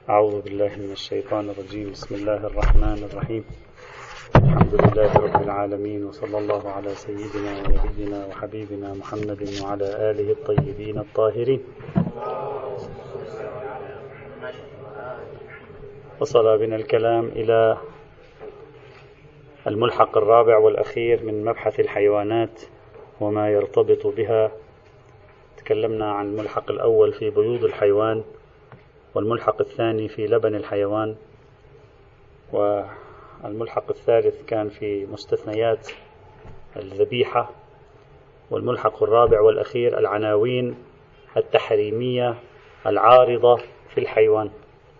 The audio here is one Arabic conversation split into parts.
أعوذ بالله من الشيطان الرجيم. بسم الله الرحمن الرحيم. الحمد لله رب العالمين، وصلى الله على سيدنا ونبينا وحبيبنا محمد وعلى آله الطيبين الطاهرين. وصل بنا الكلام إلى الملحق الرابع والأخير من مبحث الحيوانات وما يرتبط بها. تكلمنا عن الملحق الأول في بيوض الحيوان، والملحق الثاني في لبن الحيوان، والملحق الثالث كان في مستثنيات الذبيحة، والملحق الرابع والأخير العناوين التحريمية العارضة في الحيوان.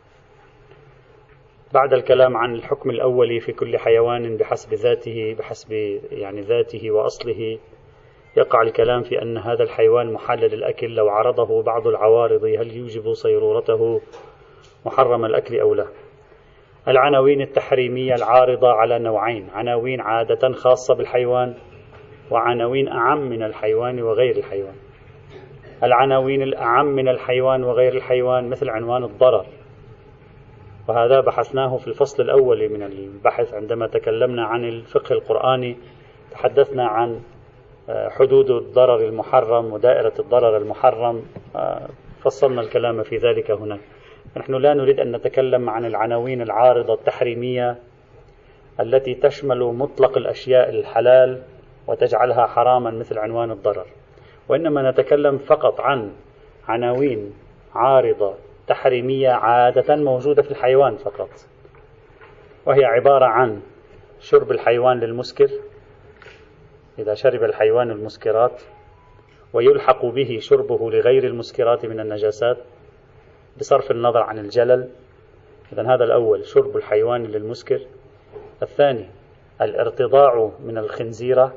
بعد الكلام عن الحكم الأولي في كل حيوان بحسب ذاته، ذاته وأصله، يقع الكلام في أن هذا الحيوان محلل الأكل لو عرضه بعض العوارض، هل يوجب صيرورته محرم الأكل أو لا؟ العناوين التحريمية العارضة على نوعين: عناوين عادة خاصة بالحيوان، وعناوين أعم من الحيوان وغير الحيوان. العناوين الأعم من الحيوان وغير الحيوان مثل عنوان الضرر، وهذا بحثناه في الفصل الأول من البحث عندما تكلمنا عن الفقه القرآني. تحدثنا عن حدود الضرر المحرم ودائرة الضرر المحرم، فصلنا الكلام في ذلك هنا. نحن لا نريد أن نتكلم عن العناوين العارضة التحريمية التي تشمل مطلق الأشياء الحلال وتجعلها حراما مثل عنوان الضرر، وإنما نتكلم فقط عن عناوين عارضة تحريمية عادة موجودة في الحيوان فقط، وهي عبارة عن شرب الحيوان للمسكر إذا شرب الحيوان المسكرات، ويلحق به شربه لغير المسكرات من النجاسات بصرف النظر عن الجلل. إذن هذا الأول شرب الحيوان للمسكر. الثاني الارتضاع من الخنزيرة،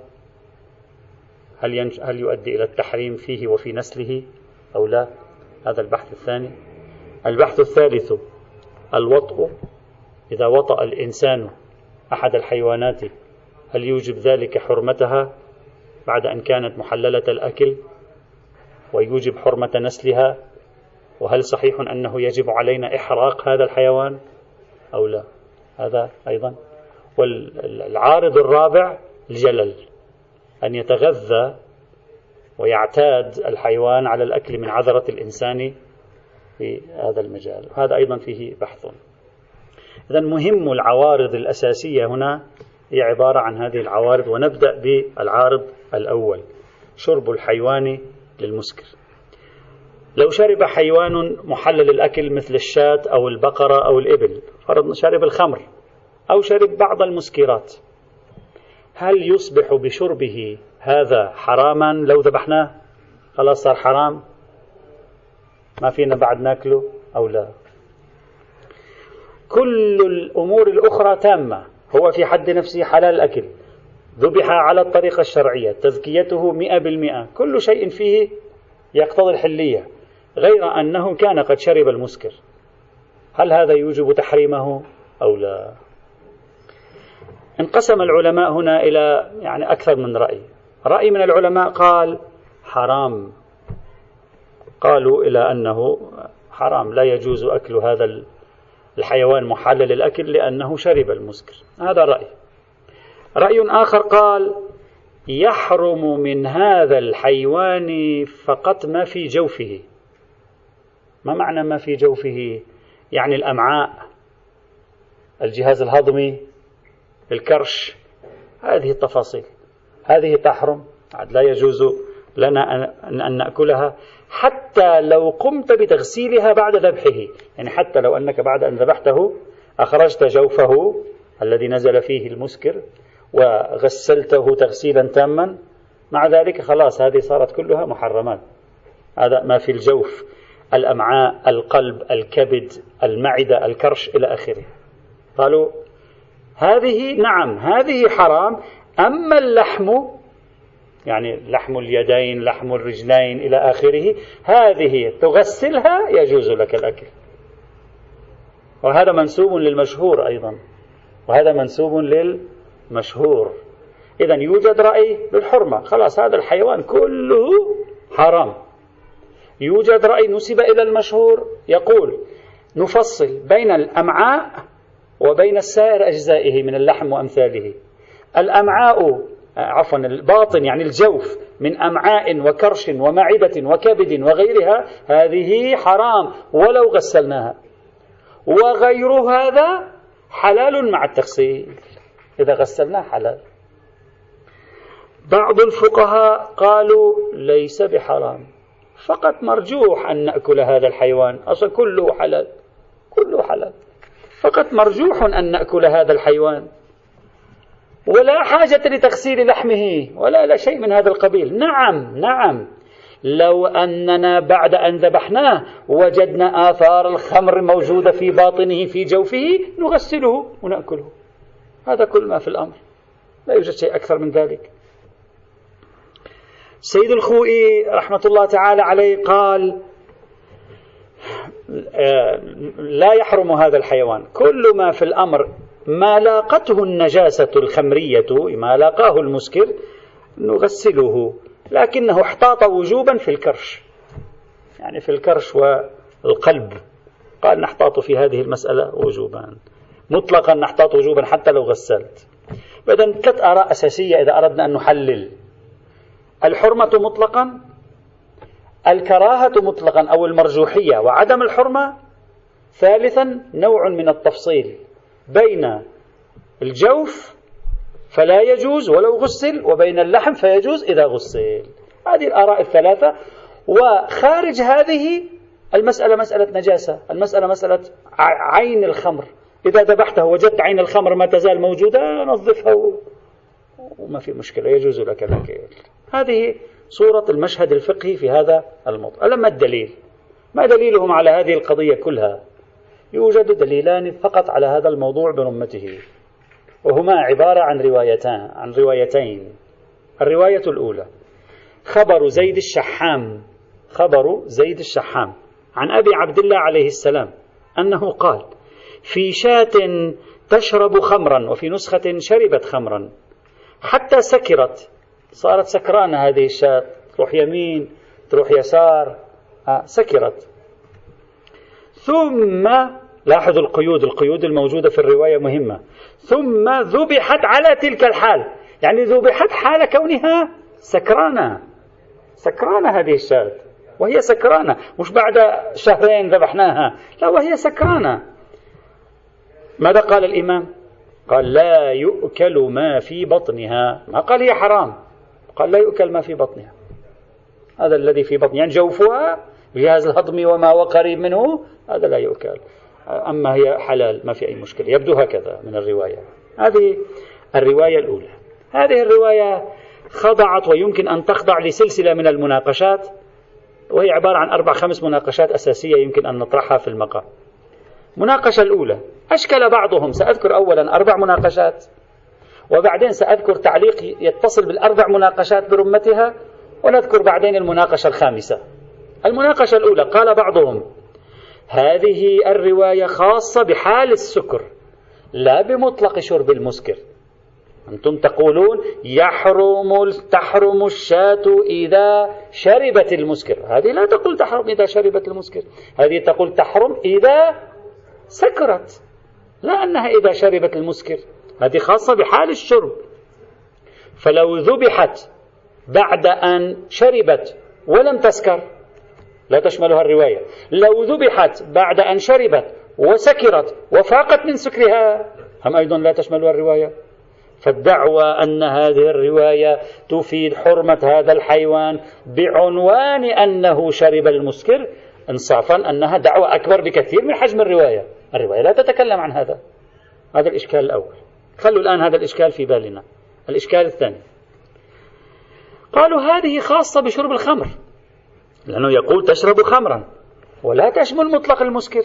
هل يؤدي إلى التحريم فيه وفي نسله أو لا؟ هذا البحث الثاني. البحث الثالث الوطء، إذا وطأ الإنسان أحد الحيوانات هل يوجب ذلك حرمتها بعد أن كانت محللة الأكل، ويوجب حرمة نسلها؟ وهل صحيح أنه يجب علينا إحراق هذا الحيوان أو لا؟ هذا أيضا. والعارض الرابع الجلل، أن يتغذى ويعتاد الحيوان على الأكل من عذرة الإنسان في هذا المجال، هذا أيضا فيه بحث. إذن مهم العوارض الأساسية هنا هي عبارة عن هذه العوارض، ونبدأ بالعارض الأول: شرب الحيوان للمسكر. لو شرب حيوان محلل الأكل مثل الشاة أو البقرة أو الإبل، فرضنا شرب الخمر أو شرب بعض المسكرات، هل يصبح بشربه هذا حراما؟ لو ذبحناه خلاص صار حرام، ما فينا بعد ناكله أو لا؟ كل الأمور الأخرى تامة، هو في حد نفسه حلال الأكل، ذبح على الطريقة الشرعية، تزكيته 100%، كل شيء فيه يقتضي الحلية، غير أنه كان قد شرب المسكر. هل هذا يوجب تحريمه أو لا؟ انقسم العلماء هنا إلى أكثر من رأي. رأي من العلماء قال حرام، قالوا إلى أنه حرام، لا يجوز أكل هذا الحيوان محلل الأكل لأنه شرب المسكر. هذا رأي. رأي آخر قال يحرم من هذا الحيوان فقط ما في جوفه. ما معنى ما في جوفه؟ يعني الأمعاء، الجهاز الهضمي، الكرش، هذه التفاصيل هذه تحرم، لا يجوز لنا أن نأكلها حتى لو قمت بتغسيلها بعد ذبحه. حتى لو أنك بعد أن ذبحته أخرجت جوفه الذي نزل فيه المسكر وغسلته تغسيلا تاما، مع ذلك خلاص هذه صارت كلها محرمات. هذا ما في الجوف: الأمعاء، القلب، الكبد، المعدة، الكرش إلى آخره. قالوا هذه نعم هذه حرام، أما اللحم، لحم اليدين، لحم الرجلين إلى آخره، هذه تغسلها يجوز لك الأكل. وهذا منسوب للمشهور أيضا، وهذا منسوب للمشهور. إذن يوجد رأي بالحرمة، خلاص هذا الحيوان كله حرام. يوجد رأي نسب إلى المشهور يقول نفصل بين الأمعاء وبين سائر أجزائه من اللحم وأمثاله. الأمعاء الباطن يعني الجوف من أمعاء وكرش ومعدة وكبد وغيرها، هذه حرام ولو غسلناها، وغير هذا حلال مع التغسيل، إذا غسلناه حلال. بعض الفقهاء قالوا ليس بحرام، فقط مرجوح أن نأكل هذا الحيوان، أصلا كله حلال، كله حلال، فقط مرجوح أن نأكل هذا الحيوان، ولا حاجة لتغسيل لحمه ولا لا شيء من هذا القبيل. نعم لو أننا بعد أن ذبحناه وجدنا آثار الخمر موجودة في باطنه في جوفه نغسله ونأكله، هذا كل ما في الأمر، لا يوجد شيء أكثر من ذلك. سيد الخوئي رحمة الله تعالى عليه قال لا يحرم هذا الحيوان، كل ما في الأمر ما لاقته النجاسة الخمرية، ما لاقاه المسكر نغسله، لكنه احتاط وجوبا في الكرش، يعني في الكرش والقلب، قال نحتاط في هذه المسألة وجوبا، مطلقا نحتاط وجوبا حتى لو غسلت. إذن 3 آراء أساسية إذا أردنا أن نحلل: الحرمة مطلقا، الكراهة مطلقا أو المرجوحية وعدم الحرمة، ثالثا نوع من التفصيل بين الجوف فلا يجوز ولو غسل، وبين اللحم فيجوز إذا غسل. هذه الآراء الثلاثة. وخارج هذه المسألة مسألة نجاسة، المسألة مسألة عين الخمر، إذا ذبحته وجدت عين الخمر ما تزال موجودة نظفها وما في مشكلة، يجوز لك الأكل. هذه صورة المشهد الفقهي في هذا الموضوع. ألم الدليل؟ ما دليلهم على هذه القضية كلها؟ يوجد دليلان فقط على هذا الموضوع برمته، وهما عبارة عن روايتين. الرواية الأولى خبر زيد الشحام عن أبي عبد الله عليه السلام أنه قال: في شاة تشرب خمرا، وفي نسخة شربت خمرا حتى سكرت، صارت سكرانة هذه الشاة، تروح يمين تروح يسار، سكرت. ثم لاحظوا القيود الموجودة في الرواية مهمة: ثم ذبحت على تلك الحال، يعني ذبحت حال كونها سكرانة هذه الشاة، وهي سكرانة، مش بعد شهرين ذبحناها، لا، وهي سكرانة. ماذا قال الإمام؟ قال: لا يؤكل ما في بطنها، ما قال هي حرام، قال لا يؤكل ما في بطنها. هذا الذي في بطنها يعني جوفها، جهاز الهضمي وما وقريب منه، هذا لا يؤكل، أما هي حلال ما في أي مشكلة. يبدو هكذا من الرواية. هذه الرواية الأولى. هذه الرواية خضعت ويمكن أن تخضع لسلسلة من المناقشات، وهي عبارة عن 4-5 مناقشات أساسية يمكن أن نطرحها في المقام. مناقشة الأولى أشكل بعضهم، سأذكر أولا 4 مناقشات، وبعدين سأذكر تعليق يتصل بال4 مناقشات برمتها، ونذكر بعدين المناقشة الخامسة. المناقشة الأولى قال بعضهم: هذه الرواية خاصة بحال السكر لا بمطلق شرب المسكر. أنتم تقولون تحرم الشاة إذا شربت المسكر، هذه لا تقول تحرم إذا شربت المسكر، هذه تقول تحرم إذا سكرت، لا أنها إذا شربت المسكر، هذه خاصة بحال الشرب. فلو ذبحت بعد أن شربت ولم تسكر لا تشملها الرواية، لو ذبحت بعد أن شربت وسكرت وفاقت من سكرها هم أيضا لا تشملها الرواية. فالدعوى أن هذه الرواية تفيد حرمة هذا الحيوان بعنوان أنه شرب المسكر، انصافا أنها دعوة أكبر بكثير من حجم الرواية. الرواية لا تتكلم عن هذا. هذا الإشكال الأول. خلوا الآن هذا الإشكال في بالنا. الإشكال الثاني، قالوا هذه خاصة بشرب الخمر، لأنه يقول تشرب خمرا ولا تشمل مطلق المسكر،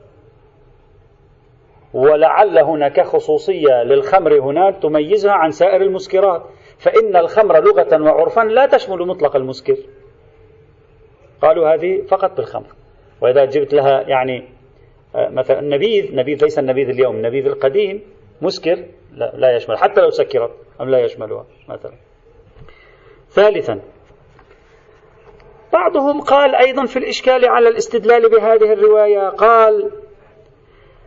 ولعل هناك خصوصية للخمر هناك تميزها عن سائر المسكرات، فإن الخمر لغة وعرفا لا تشمل مطلق المسكر. قالوا هذه فقط بالخمر. وإذا جبت لها يعني مثلا نبيذ ليس النبيذ اليوم، النبيذ القديم مسكر لا يشمل، حتى لو سكرت أم لا يشملها مثلا. ثالثا، بعضهم قال أيضا في الإشكال على الاستدلال بهذه الرواية، قال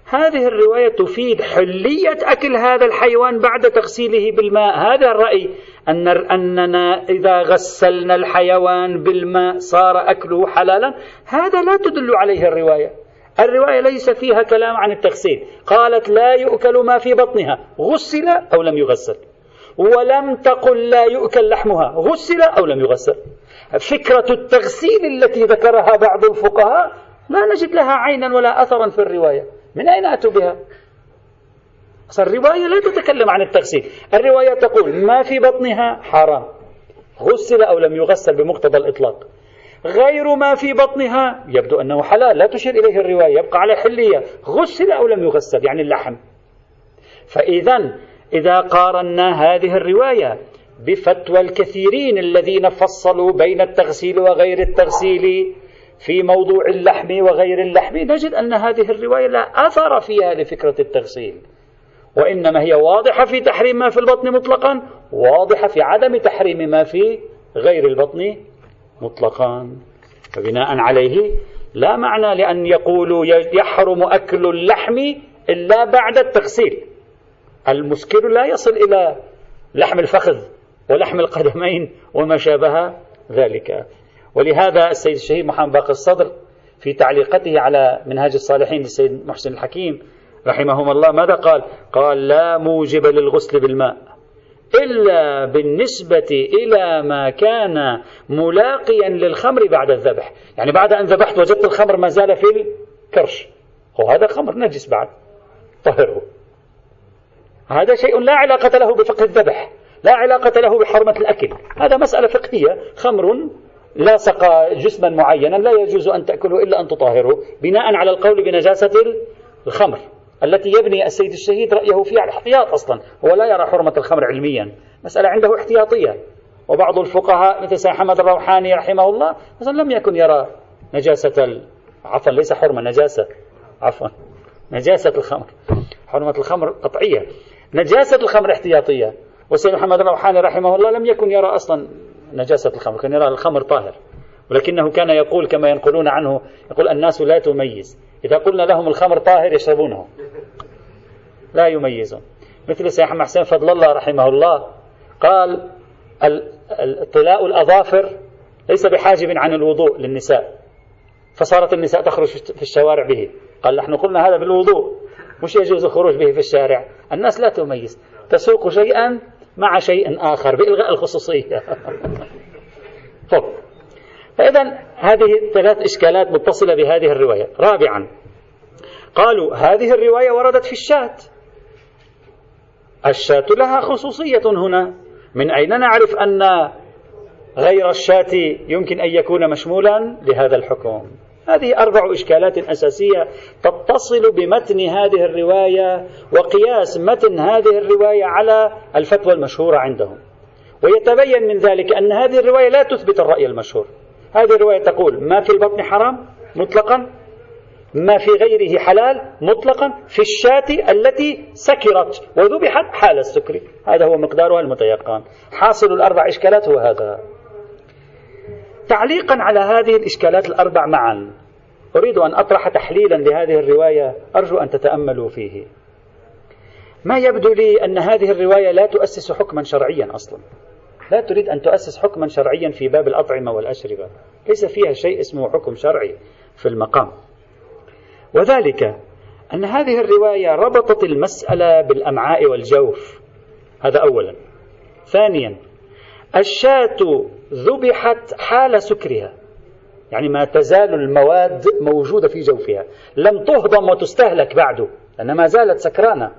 هذه الرواية تفيد حلية أكل هذا الحيوان بعد تغسيله بالماء. هذا الرأي أننا إذا غسلنا الحيوان بالماء صار أكله حلالا، هذا لا تدل عليه الرواية. الرواية ليس فيها كلام عن التغسيل، قالت لا يؤكل ما في بطنها غسل أو لم يغسل، ولم تقل لا يؤكل لحمها غسل أو لم يغسل. فكرة التغسيل التي ذكرها بعض الفقهاء لا نجد لها عينا ولا أثرا في الرواية. من أين أتوا بها؟ الرواية لا تتكلم عن التغسيل، الرواية تقول ما في بطنها حرام غسل أو لم يغسل بمقتضى الإطلاق. غير ما في بطنها يبدو أنه حلال، لا تشير إليه الرواية، يبقى على حلية غسل أو لم يغسل يعني اللحم. إذا قارنا هذه الرواية بفتوى الكثيرين الذين فصلوا بين التغسيل وغير التغسيل في موضوع اللحم وغير اللحم، نجد أن هذه الرواية لا أثر فيها لفكرة التغسيل، وإنما هي واضحة في تحريم ما في البطن مطلقا، واضحة في عدم تحريم ما في غير البطن مطلقا. فبناء عليه لا معنى لأن يقولوا يحرم أكل اللحم إلا بعد التغسيل. المسكر لا يصل إلى لحم الفخذ ولحم القدمين وما شابه ذلك. ولهذا السيد الشهيد محمد باقر الصدر في تعليقته على منهاج الصالحين للسيد محسن الحكيم رحمهم الله ماذا قال؟ قال لا موجب للغسل بالماء إلا بالنسبة إلى ما كان ملاقيا للخمر بعد الذبح. يعني بعد أن ذبحت وجدت الخمر ما زال في الكرش، وهذا خمر نجس بعد، طهره. هذا شيء لا علاقة له بفقه الذبح، لا علاقة له بحرمة الأكل، هذا مسألة فقهية. خمر لاصق جسما معينا لا يجوز أن تأكله إلا أن تطهره، بناء على القول بنجاسة الخمر التي يبني السيد الشهيد رأيه فيها على الاحتياط. أصلا هو لا يرى حرمة الخمر علميا، مسألة عنده احتياطية. وبعض الفقهاء مثل سيد محمد الروحاني رحمه الله مثلا لم يكن يرى نجاسة عفوا ليس حرمة، نجاسة عفوا نجاسة الخمر، حرمة الخمر قطعية، نجاسة الخمر احتياطية. وسيد محمد الروحاني رحمه الله لم يكن يرى أصلا نجاسة الخمر، كان يرى الخمر طاهر، ولكنه كان يقول كما ينقلون عنه، يقول الناس لا تميز، إذا قلنا لهم الخمر طاهر يشربونه، لا يميزون. مثل سيد محمد حسين فضل الله رحمه الله قال طلاء الأظافر ليس بحاجب عن الوضوء للنساء، فصارت النساء تخرج في الشوارع به. قال نحن قلنا هذا بالوضوء، مش يجوز الخروج به في الشارع. الناس لا تميز، تسوق شيئا مع شيء آخر بإلغاء الخصوصية. طب فإذا هذه ثلاث إشكالات متصلة بهذه الرواية. رابعا قالوا هذه الرواية وردت في الشاة، الشاة لها خصوصية هنا، من أين نعرف أن غير الشاة يمكن أن يكون مشمولا لهذا الحكم؟ هذه 4 إشكالات أساسية تتصل بمتن هذه الرواية وقياس متن هذه الرواية على الفتوى المشهورة عندهم. ويتبين من ذلك أن هذه الرواية لا تثبت الرأي المشهور. هذه الرواية تقول ما في البطن حرام مطلقا، ما في غيره حلال مطلقا، في الشاة التي سكرت وذبحت حال السكر، هذا هو مقدارها المتيقن. حاصل ال4 إشكالات هو هذا. تعليقا على هذه الإشكالات ال4 معا أريد أن أطرح تحليلا لهذه الرواية أرجو أن تتأملوا فيه. ما يبدو لي أن هذه الرواية لا تؤسس حكما شرعيا أصلا، لا تريد أن تؤسس حكما شرعيا في باب الأطعمة والأشربة، ليس فيها شيء اسمه حكم شرعي في المقام. وذلك أن هذه الرواية ربطت المسألة بالأمعاء والجوف، هذا أولا. ثانيا الشاة ذبحت حال سكرها، يعني ما تزال المواد موجودة في جوفها، لم تهضم وتستهلك بعد لأنها ما زالت سكرانة.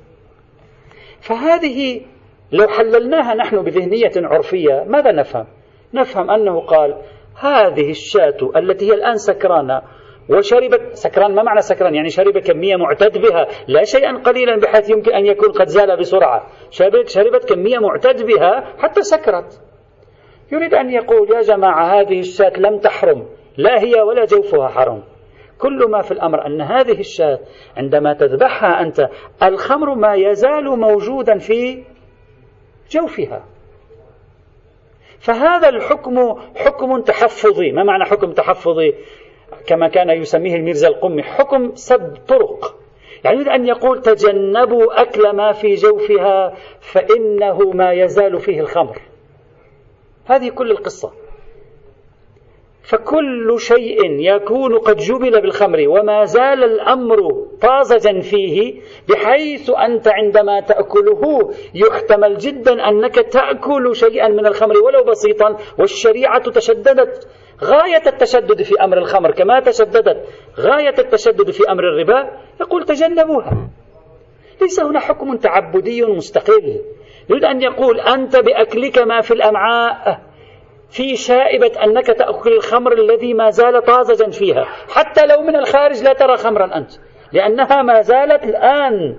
فهذه لو حللناها نحن بذهنية عرفية ماذا نفهم؟ نفهم أنه قال هذه الشاة التي هي الآن سكرانة وشربت، سكران ما معنى سكران؟ يعني شرب كمية معتد بها، لا شيئا قليلا بحيث يمكن أن يكون قد زال بسرعة، شربت كمية معتد بها حتى سكرت. يريد أن يقول يا جماعة هذه الشاة لم تحرم، لا هي ولا جوفها حرم، كل ما في الأمر أن هذه الشاة عندما تذبحها أنت الخمر ما يزال موجودا في جوفها. فهذا الحكم حكم تحفظي. ما معنى حكم تحفظي؟ كما كان يسميه الميرزا القمي حكم سد طرق، يعني يريد أن يقول تجنبوا أكل ما في جوفها فإنه ما يزال فيه الخمر. هذه كل القصة. فكل شيء يكون قد جبل بالخمر وما زال الأمر طازجا فيه، بحيث أنت عندما تأكله يحتمل جدا أنك تأكل شيئا من الخمر ولو بسيطا، والشريعة تشددت غاية التشدد في أمر الخمر كما تشددت غاية التشدد في أمر الربا، يقول تجنبوها. ليس هنا حكم تعبدي مستقل. يريد أن يقول أنت بأكلك ما في الأمعاء في شائبة أنك تأكل الخمر الذي ما زال طازجا فيها، حتى لو من الخارج لا ترى خمرا أنت، لأنها ما زالت الآن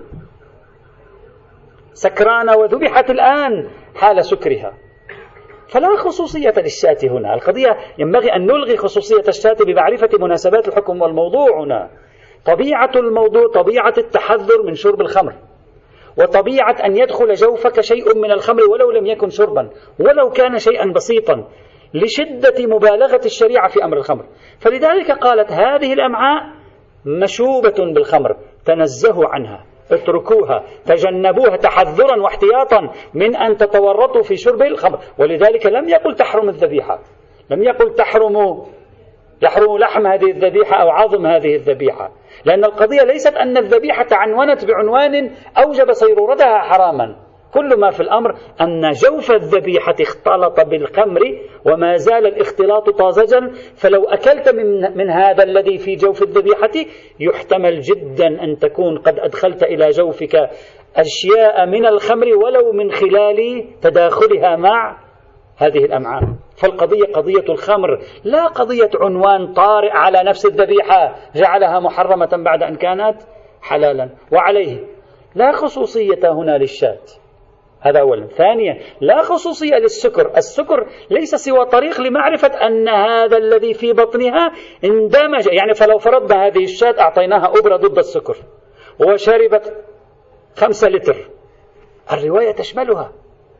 سكرانة وذبحت الآن حال سكرها. فلا خصوصية للشاة هنا. القضية ينبغي أن نلغي خصوصية الشاة بمعرفة مناسبات الحكم والموضوع هنا. طبيعة الموضوع طبيعة التحذر من شرب الخمر، وطبيعة أن يدخل جوفك شيء من الخمر ولو لم يكن شربا، ولو كان شيئا بسيطا، لشدة مبالغة الشريعة في أمر الخمر. فلذلك قالت هذه الأمعاء مشوبة بالخمر، تنزهوا عنها، اتركوها، تجنبوها تحذرا واحتياطا من أن تتورطوا في شرب الخمر. ولذلك لم يقل تحرم الذبيحة، لم يقل يحرم لحم هذه الذبيحة أو عظم هذه الذبيحة، لأن القضية ليست أن الذبيحة عنونت بعنوان أوجب صيرورتها حراما. كل ما في الأمر أن جوف الذبيحة اختلط بالخمر وما زال الاختلاط طازجا، فلو أكلت من هذا الذي في جوف الذبيحة يحتمل جدا أن تكون قد أدخلت إلى جوفك أشياء من الخمر ولو من خلال تداخلها مع هذه الأمعاء. فالقضية قضية الخمر، لا قضية عنوان طارئ على نفس الذبيحة جعلها محرمة بعد أن كانت حلالا. وعليه لا خصوصية هنا للشاة، هذا أولا. ثانيا لا خصوصية للسكر. السكر ليس سوى طريق لمعرفة أن هذا الذي في بطنها اندمج. يعني فلو فرضنا هذه الشاة أعطيناها أبرة ضد السكر وشربت 5 لتر، الرواية تشملها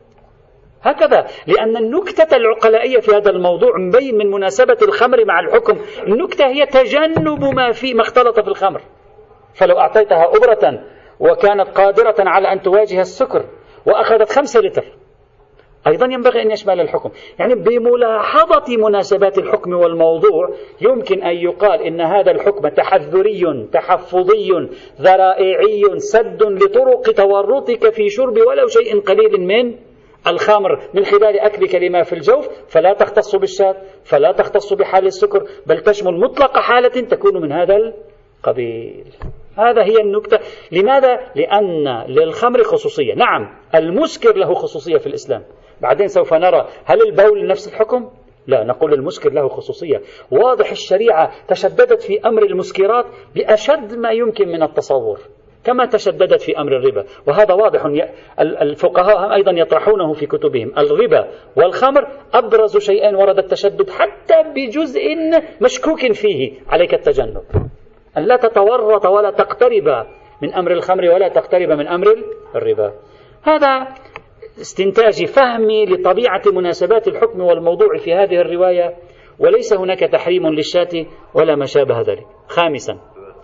هكذا، لأن النكتة العقلائية في هذا الموضوع مبين من مناسبة الخمر مع الحكم. النكتة هي تجنب ما اختلط في الخمر. فلو أعطيتها أبرة وكانت قادرة على أن تواجه السكر وأخذت 5 لتر، أيضا ينبغي أن يشمل الحكم. يعني بملاحظة مناسبات الحكم والموضوع يمكن أن يقال إن هذا الحكم تحذري تحفظي ذرائعي سد لطرق تورطك في شرب ولو شيء قليل من الخمر من خلال أكلك لما في الجوف، فلا تختص بالشاة، فلا تختص بحال السكر، بل تشمل مطلق حالة تكون من هذا القبيل. هذا هي النكتة. لماذا؟ لأن للخمر خصوصية. نعم المسكر له خصوصية في الإسلام، بعدين سوف نرى هل البول نفس الحكم؟ لا، نقول المسكر له خصوصية. واضح الشريعة تشددت في أمر المسكرات بأشد ما يمكن من التصور، كما تشددت في أمر الربا، وهذا واضح. الفقهاء أيضا يطرحونه في كتبهم. الربا والخمر أبرز شيئين ورد التشدد حتى بجزء مشكوك فيه. عليك التجنب، أن لا تتورط ولا تقترب من أمر الخمر ولا تقترب من أمر الربا. هذا استنتاج فهمي لطبيعة مناسبات الحكم والموضوع في هذه الرواية، وليس هناك تحريم للشاة ولا ما شابه ذلك. خامسا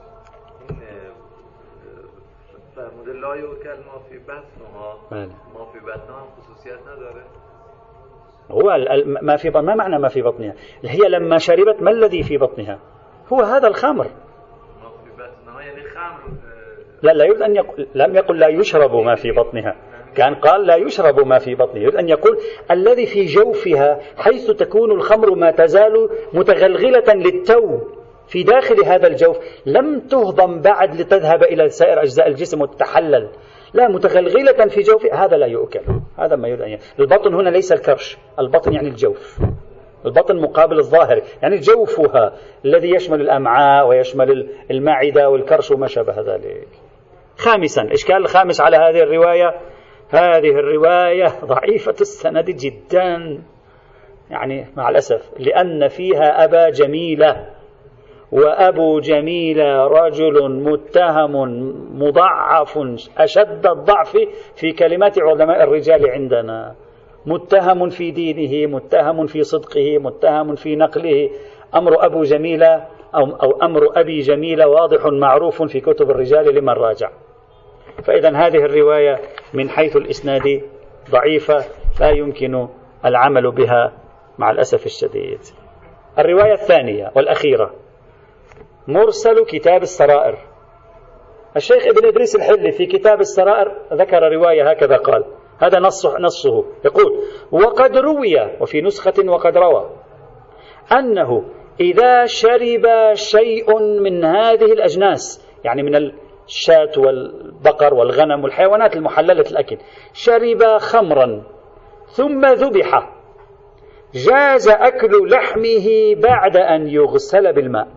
لا يؤكل ما في بطنها، ما في بطنها خصوصيات نداره. هو ما في بطنها، ما معنى ما في بطنها؟ هي لما شربت ما الذي في بطنها؟ هو هذا الخمر. ما في بطنها يعني خمر. لا يريد أن يقول، لم يقل لا يشرب ما في بطنها، كان قال لا يشرب ما في بطنها. يريد أن يقول الذي في جوفها، حيث تكون الخمر ما تزال متغلغلة للتو في داخل هذا الجوف، لم تهضم بعد لتذهب إلى سائر أجزاء الجسم وتتحلل، لا، متغلغلة في جوف، هذا لا يؤكل. هذا ما يريد أن يقول. البطن هنا ليس الكرش، البطن يعني الجوف، البطن مقابل الظاهر، يعني جوفها الذي يشمل الأمعاء ويشمل المعدة والكرش وما شابه ذلك. خامسا، إشكال الخامس على هذه الرواية، هذه الرواية ضعيفة السند جدا، يعني مع الأسف، لأن فيها أبا جميلة، وأبو جميلة رجل متهم مضعف أشد الضعف في كلمات علماء الرجال عندنا، متهم في دينه، متهم في صدقه، متهم في نقله. أمر أبو جميلة أو أمر أبي جميل واضح معروف في كتب الرجال لمن راجع. فإذا هذه الرواية من حيث الإسناد ضعيفة لا يمكن العمل بها مع الأسف الشديد. الرواية الثانية والأخيرة مرسل كتاب السرائر. الشيخ ابن إدريس الحلي في كتاب السرائر ذكر رواية هكذا قال، هذا نصه يقول: وقد روي، وفي نسخة وقد روى، أنه إذا شرب شيء من هذه الأجناس، يعني من الشاة والبقر والغنم والحيوانات المحللة الأكل، شرب خمرا ثم ذبح، جاز أكل لحمه بعد أن يغسل بالماء،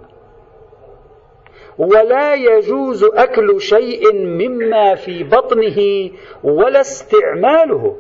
ولا يجوز أكل شيء مما في بطنه ولا استعماله.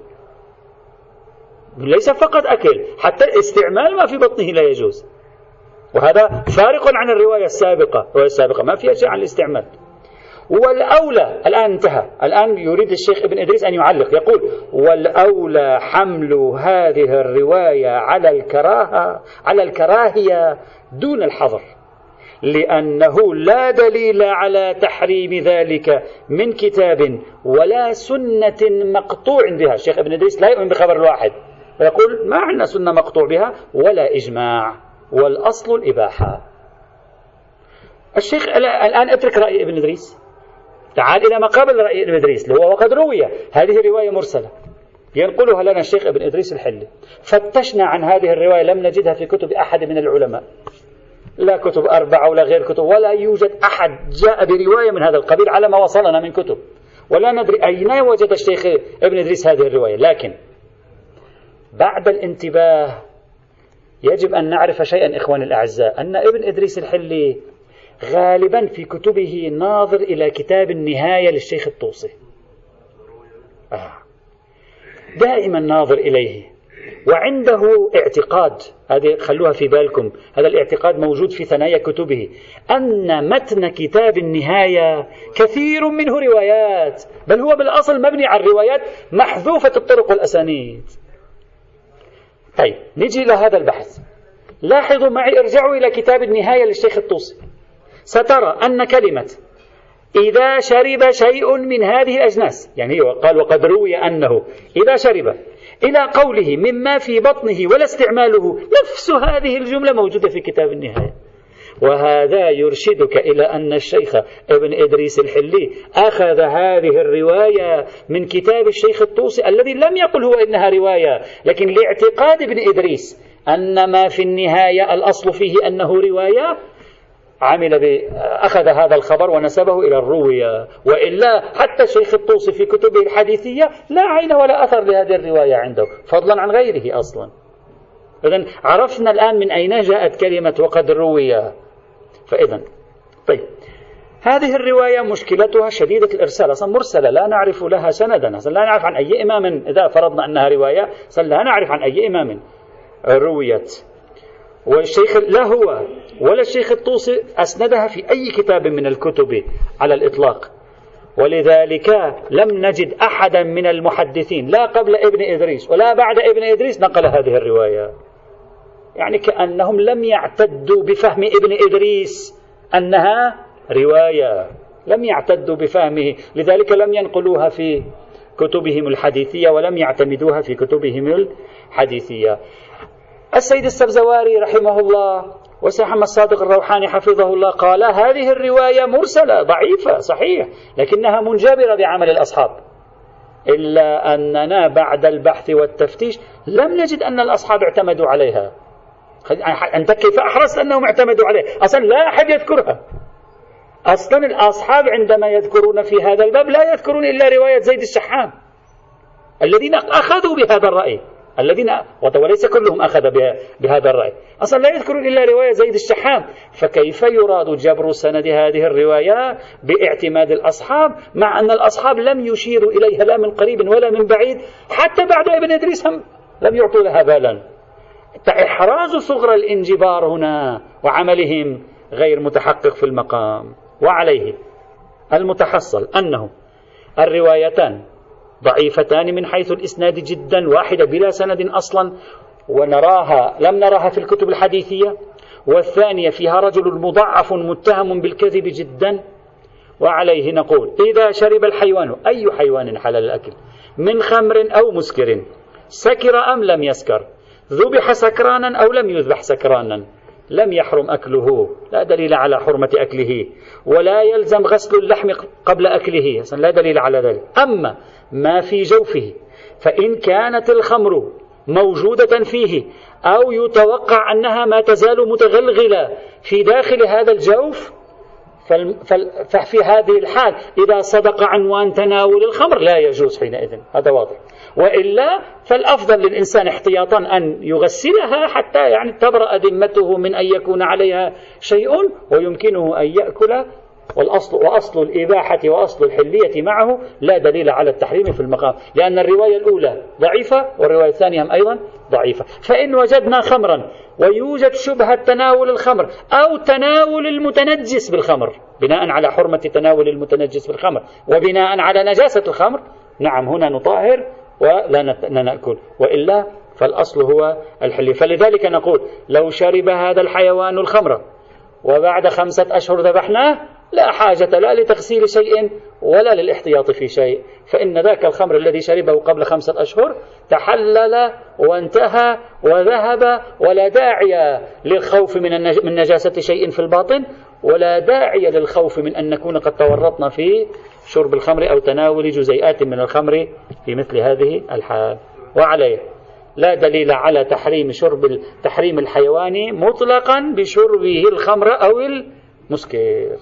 ليس فقط أكل، حتى استعمال ما في بطنه لا يجوز. وهذا فارق عن الرواية السابقة ما فيها شيء عن الاستعمال. والأولى، الآن انتهى، الآن يريد الشيخ ابن إدريس أن يعلق، يقول: والأولى حمل هذه الرواية على الكراهية دون الحظر، لأنه لا دليل على تحريم ذلك من كتاب ولا سنة مقطوع بها. الشيخ ابن إدريس لا يؤمن بخبر الواحد، ويقول ما عندنا سنة مقطوع بها ولا إجماع، والأصل الإباحة. الشيخ الآن اترك رأي ابن إدريس، تعال إلى مقابل رأي ابن إدريس اللي هو وقد روي، هذه رواية مرسلة ينقلها لنا الشيخ ابن إدريس الحلي. فتشنا عن هذه الرواية لم نجدها في كتب أحد من العلماء، لا كتب 4 ولا غير كتب، ولا يوجد أحد جاء برواية من هذا القبيل على ما وصلنا من كتب، ولا ندري أين وجد الشيخ ابن إدريس هذه الرواية. لكن بعد الانتباه يجب أن نعرف شيئا إخواني الأعزاء، أن ابن إدريس الحلي غالبا في كتبه ناظر إلى كتاب النهاية للشيخ الطوسي، دائما ناظر إليه، وعنده اعتقاد، هذه خلوها في بالكم، هذا الاعتقاد موجود في ثنايا كتبه، أن متن كتاب النهاية كثير منه روايات، بل هو بالأصل مبني على الروايات محذوفة الطرق والأسانيد. طيب نجي إلى هذا البحث، لاحظوا معي، ارجعوا إلى كتاب النهاية للشيخ الطوسي، سترى أن كلمة إذا شرب شيء من هذه الأجناس، يعني قال وقد روي أنه إذا شرب، إلى قوله مما في بطنه ولا استعماله، نفس هذه الجملة موجودة في كتاب النهاية. وهذا يرشدك إلى أن الشيخ ابن إدريس الحلي أخذ هذه الرواية من كتاب الشيخ الطوسي الذي لم يقل هو إنها رواية، لكن لاعتقاد ابن إدريس أن ما في النهاية الأصل فيه أنه رواية، أخذ هذا الخبر ونسبه إلى الروية. وإلا حتى الشيخ الطوسي في كتبه الحديثية لا عين ولا أثر لهذه الرواية عنده، فضلا عن غيره أصلا. إذن عرفنا الآن من أين جاءت كلمة وقد روي. فإذن طيب، هذه الرواية مشكلتها شديدة الإرسال، أصلا مرسلة لا نعرف لها سندا، أصلا لا نعرف عن أي إمام، إذا فرضنا أنها رواية أصلا لا نعرف عن أي إمام رويت، والشيخ لا هو ولا الشيخ الطوسي أسندها في أي كتاب من الكتب على الإطلاق. ولذلك لم نجد أحدا من المحدثين لا قبل ابن إدريس ولا بعد ابن إدريس نقل هذه الرواية، يعني كأنهم لم يعتدوا بفهم ابن إدريس أنها رواية، لم يعتدوا بفهمه، لذلك لم ينقلوها في كتبهم الحديثية ولم يعتمدوها في كتبهم الحديثية. السيد السبزواري رحمه الله وسيد محمد الصادق الروحاني حفظه الله قال هذه الرواية مرسلة ضعيفة صحيح، لكنها منجبرة بعمل الأصحاب، إلا أننا بعد البحث والتفتيش لم نجد أن الأصحاب اعتمدوا عليها. أنت كيف أحرصت أنهم اعتمدوا عليها؟ أصلا لا أحد يذكرها. أصلا الأصحاب عندما يذكرون في هذا الباب لا يذكرون إلا رواية زيد الشحام الذين أخذوا بهذا الرأي، وليس كلهم أخذ بهذا الرأي، أصلا لا يذكرون إلا رواية زيد الشحام. فكيف يراد جبر سند هذه الرواية باعتماد الأصحاب، مع أن الأصحاب لم يشيروا إليها لا من قريب ولا من بعيد، حتى بعد ابن إدريس هم لم يعطوا لها بالا. إحراز صغر الانجبار هنا وعملهم غير متحقق في المقام. وعليه المتحصل أنه الروايتان ضعيفتان من حيث الإسناد جدا، واحدة بلا سند أصلا لم نراها في الكتب الحديثية، والثانية فيها رجل مضعف متهم بالكذب جدا، وعليه نقول إذا شرب الحيوان، أي حيوان حلال الأكل، من خمر أو مسكر، سكر أم لم يسكر، ذبح سكرانا أو لم يذبح سكرانا، لم يحرم أكله، لا دليل على حرمة أكله، ولا يلزم غسل اللحم قبل أكله، لا دليل على ذلك. أما ما في جوفه فإن كانت الخمر موجودة فيه أو يتوقع أنها ما تزال متغلغلة في داخل هذا الجوف، ففي هذه الحال إذا صدق عنوان تناول الخمر لا يجوز حينئذ، هذا واضح. وإلا فالأفضل للإنسان احتياطا أن يغسلها حتى يعني تبرأ ذمته من أن يكون عليها شيء ويمكنه أن يأكل. وأصل الإباحة وأصل الحلية معه لا دليل على التحريم في المقام، لأن الرواية الأولى ضعيفة والرواية الثانية أيضا ضعيفة. فإن وجدنا خمرا ويوجد شبهة تناول الخمر أو تناول المتنجس بالخمر، بناء على حرمة تناول المتنجس بالخمر وبناء على نجاسة الخمر، نعم هنا نطهر ولا نأكل، وإلا فالأصل هو الحلي. فلذلك نقول لو شرب هذا الحيوان الخمر وبعد 5 أشهر ذبحناه لا حاجة لا لتغسيل شيء ولا للاحتياط في شيء، فإن ذاك الخمر الذي شربه قبل 5 أشهر تحلل وانتهى وذهب، ولا داعي للخوف من نجاسة شيء في الباطن، ولا داعي للخوف من أن نكون قد تورطنا في شرب الخمر أو تناول جزيئات من الخمر في مثل هذه الحال. وعليه لا دليل على تحريم الحيوان مطلقا بشربه الخمر أو المسكر.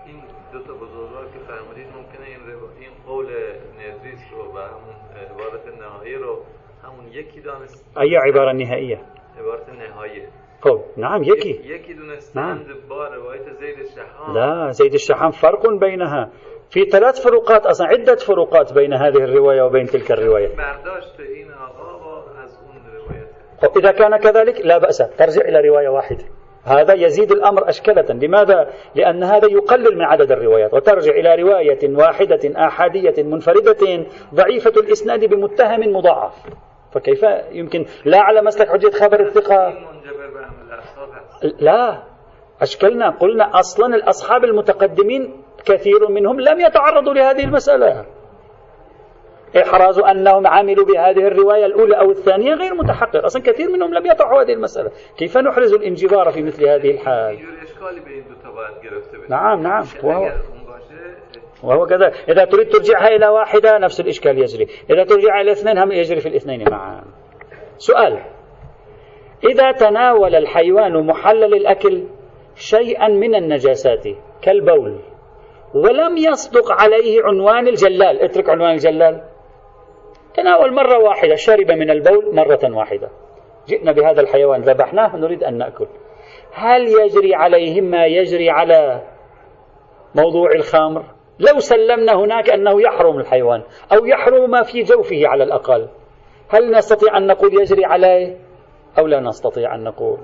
أي عبارة نهائية؟ عبارة النهائية. خب نعم يكي دونستان رواية زيد الشحام. لا زيد الشحام فرق بينها، في 3 فروقات أصلا، عدة فروقات بين هذه الرواية وبين تلك الرواية. إذا كان كذلك لا بأس، ترجع إلى رواية واحدة، هذا يزيد الأمر أشكالة. لماذا؟ لأن هذا يقلل من عدد الروايات، وترجع إلى رواية واحدة آحادية منفردة ضعيفة الإسناد بمتهم مضاعف، فكيف يمكن لا على مسلك حجية خبر الثقة؟ لا أشكلنا، قلنا أصلا الأصحاب المتقدمين كثير منهم لم يتعرضوا لهذه المسألة، إحراز أنهم عملوا بهذه الرواية الأولى أو الثانية غير متحقق، أصلا كثير منهم لم يطرحوا هذه المسألة، كيف نحرز الانجبار في مثل هذه الحال؟ نعم وهو كذا، إذا تريد ترجعها إلى واحدة نفس الإشكال يجري، إذا ترجعها إلى 2 هم يجري في الاثنين معا. سؤال: إذا تناول الحيوان محلل الأكل شيئا من النجاسات كالبول ولم يصدق عليه عنوان الجلال، اترك عنوان الجلال، تناول مرة واحدة، شرب من البول مرة واحدة، جئنا بهذا الحيوان ذبحناه نريد أن نأكل، هل يجري عليه ما يجري على موضوع الخمر؟ لو سلمنا هناك أنه يحرم الحيوان أو يحرم ما في جوفه على الأقل، هل نستطيع أن نقول يجري عليه أو لا نستطيع أن نقول؟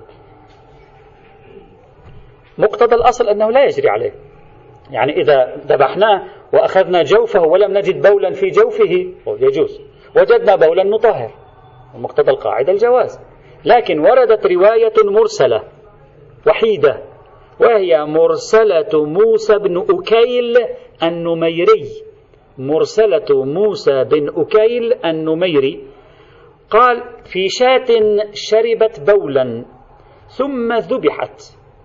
مقتضى الأصل أنه لا يجري عليه، يعني إذا ذبحناه وأخذنا جوفه ولم نجد بولا في جوفه يجوز، وجدنا بولا نطهر، ومقتضى القاعدة الجواز. لكن وردت رواية مرسلة وحيدة، وهي مرسلة موسى بن أكيل النميري، مرسلة موسى بن أكيل النميري، قال: في شاة شربت بولا ثم ذبحت،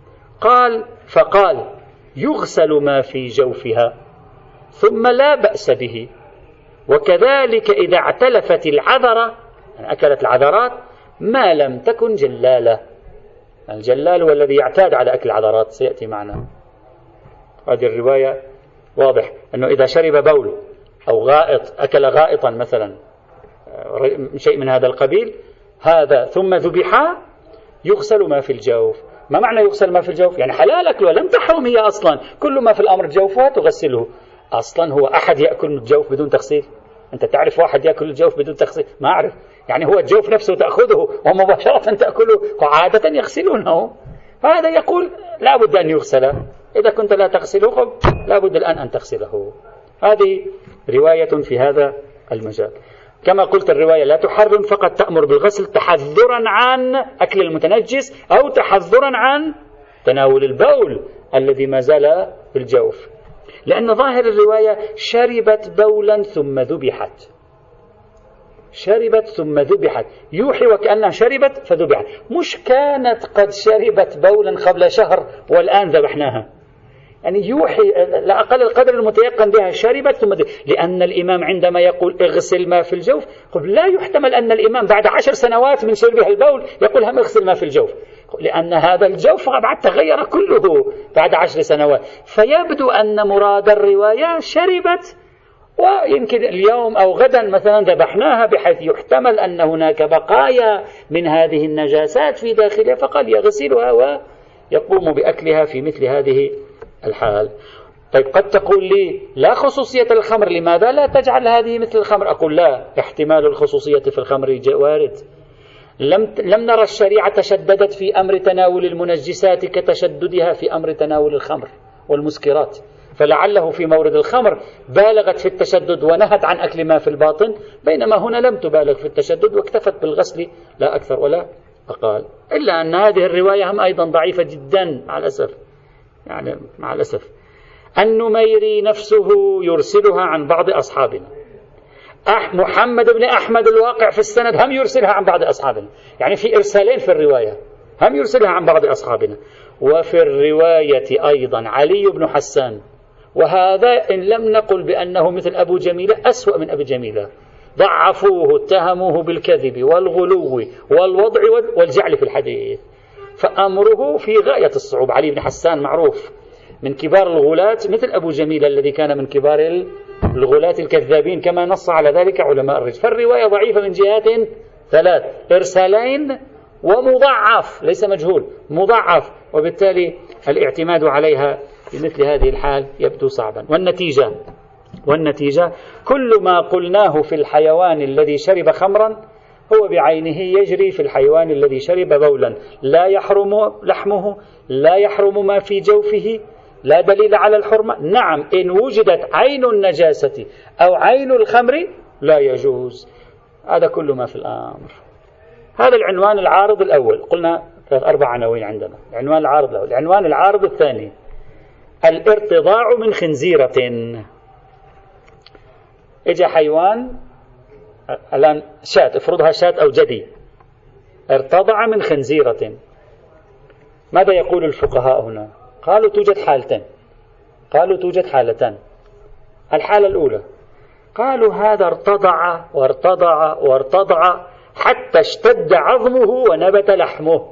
فقال: يغسل ما في جوفها ثم لا بأس به، وكذلك إذا اعتلفت العذرة، يعني أكلت العذرات، ما لم تكن جلالة. الجلال هو الذي يعتاد على أكل العذرات، سيأتي معنا. هذه الرواية واضح أنه إذا شرب بول أو غائط، أكل غائطا مثلا، شيء من هذا القبيل، هذا ثم ذبح، يغسل ما في الجوف. ما معنى يغسل ما في الجوف؟ يعني حلال أكله، لم تحرم هي أصلا، كل ما في الأمر جوفها تغسله. أصلا هو أحد يأكل الجوف بدون تغسيل؟ أنت تعرف واحد يأكل الجوف بدون تغسيل؟ ما أعرف، يعني هو الجوف نفسه تأخذه ومباشرة تأكله، وعادة يغسلونه، فهذا يقول لا بد أن يغسل، إذا كنت لا تغسله لا بد الآن أن تغسله. هذه رواية في هذا المجال. كما قلت الرواية لا تحرم، فقط تأمر بالغسل تحذرا عن أكل المتنجس أو تحذرا عن تناول البول الذي ما زال في الجوف، لأن ظاهر الرواية شربت بولا ثم ذبحت، شربت ثم ذبحت، يوحي وكأنها شربت فذبحت، مش كانت قد شربت بولا قبل شهر والآن ذبحناها، يعني يوحي لا أقل القدر المتيقن بها شربت ثم ذبحت. لأن الإمام عندما يقول اغسل ما في الجوف، لا يحتمل أن الإمام بعد 10 سنوات من شربها البول يقول هم اغسل ما في الجوف، لأن هذا الجوف بعد تغير كله بعد 10 سنوات، فيبدو أن مراد الرواية شربت ويمكن اليوم أو غدا مثلا ذبحناها، بحيث يحتمل أن هناك بقايا من هذه النجاسات في داخلها، فقال يغسلها ويقوم بأكلها في مثل هذه الحال. طيب قد تقول لي لا خصوصية الخمر، لماذا لا تجعل هذه مثل الخمر؟ أقول لا، احتمال الخصوصية في الخمر وارد. لم نرى الشريعة تشددت في أمر تناول المنجسات كتشددها في أمر تناول الخمر والمسكرات، فلعله في مورد الخمر بالغت في التشدد ونهت عن أكل ما في الباطن، بينما هنا لم تبالغ في التشدد واكتفت بالغسل لا أكثر ولا أقل. إلا أن هذه الرواية هم أيضا ضعيفة جدا مع الأسف، يعني مع الأسف. النميري نفسه يرسلها عن بعض أصحابنا، محمد بن أحمد الواقع في السند هم يرسلها عن بعض أصحابنا، يعني في إرسالين في الرواية، هم يرسلها عن بعض أصحابنا. وفي الرواية أيضا علي بن حسان، وهذا إن لم نقل بأنه مثل أبو جميلة أسوأ من أبي جميلة، ضعفوه، اتهموه بالكذب والغلو والوضع والجعل في الحديث، فأمره في غاية الصعوبة. علي بن حسان معروف من كبار الغلاة، مثل أبو جميلة الذي كان من كبار الغلاة الكذابين كما نص على ذلك علماء الرجل. فالرواية ضعيفة من جهات 3، إرسالين ومضعف، ليس مجهول، مضعف، وبالتالي الاعتماد عليها في مثل هذه الحال يبدو صعبا. والنتيجة كل ما قلناه في الحيوان الذي شرب خمرا هو بعينه يجري في الحيوان الذي شرب بولا، لا يحرم لحمه، لا يحرم ما في جوفه، لا دليل على الحرمة. نعم إن وجدت عين النجاسة أو عين الخمر لا يجوز. هذا كل ما في الأمر. هذا العنوان العارض الأول، قلنا 4 عناوين عندنا. العنوان العارض الأول. العنوان العارض الثاني الارتضاع من خنزيرة. إجا حيوان الآن شاة، افرضها شاة أو جدي، ارتضع من خنزيرة، ماذا يقول الفقهاء هنا؟ قالوا توجد حالتان. الحالة الأولى قالوا هذا ارتضع وارتضع وارتضع حتى اشتد عظمه ونبت لحمه،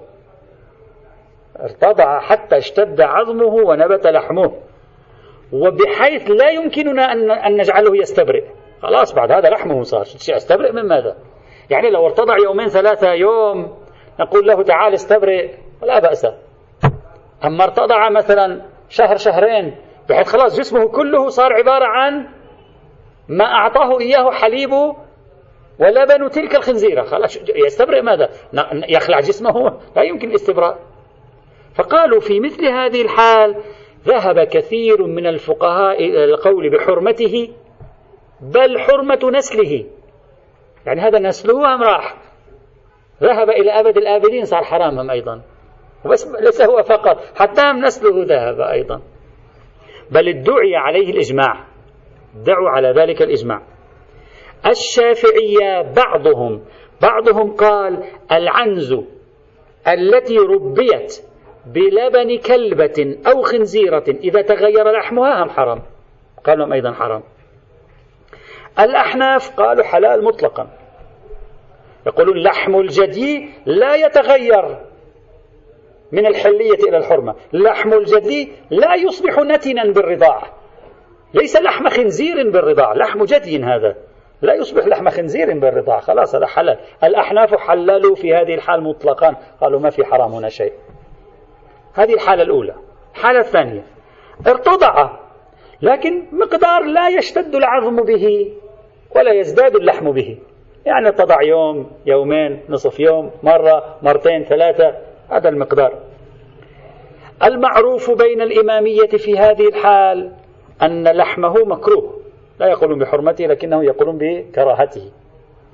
ارتضع حتى اشتد عظمه ونبت لحمه، وبحيث لا يمكننا أن نجعله يستبرئ، خلاص بعد هذا لحمه صار، يستبرئ من ماذا؟ يعني لو ارتضع 2-3 يوم نقول له تعال استبرئ لا بأس، أما ارتضع مثلا 1-2 بحيث خلاص جسمه كله صار عبارة عن ما أعطاه إياه حليبه ولبن تلك الخنزيرة، خلاص يستبرئ ماذا؟ يخلع جسمه، لا يمكن الاستبراء. فقالوا في مثل هذه الحال ذهب كثير من الفقهاء إلى القول بحرمته، بل حرمة نسله، يعني هذا نسله هم راح، ذهب إلى أبد الآبدين، صار حرامهم أيضا، بس ليس هو فقط، حتى نسله ذهب أيضا، بل ادعي عليه الإجماع، دعوا على ذلك الإجماع. الشافعية بعضهم قال العنز التي ربيت بلبن كلبة أو خنزيرة إذا تغير لحمها هم حرام، قالوا أيضا حرام. الأحناف قالوا حلال مطلقا، يقولون لحم الجدي لا يتغير من الحلية إلى الحرمة، لحم الجدي لا يصبح نتنا بالرضاع، ليس لحم خنزير بالرضاع، لحم جدي هذا لا يصبح لحم خنزير بالرضاع، خلاص هذا حلال. الأحناف حللوا في هذه الحال مطلقا، قالوا ما في حرام هنا شيء. هذه الحالة الأولى. الحالة الثانية ارتضع لكن مقدار لا يشتد العظم به ولا يزداد اللحم به، يعني ارتضع 1-2 نصف يوم، مرة 2-3، هذا المقدار. المعروف بين الإمامية في هذه الحال أن لحمه مكروه، لا يقولون بحرمته لكنه يقولون بكراهته،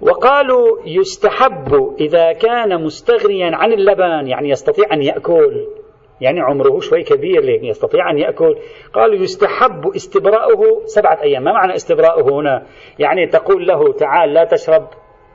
وقالوا يستحب إذا كان مستغنيا عن اللبن، يعني يستطيع أن يأكل، يعني عمره شوي كبير لكن يستطيع أن يأكل، قالوا يستحب استبراؤه 7 أيام. ما معنى استبراؤه هنا؟ يعني تقول له تعال لا تشرب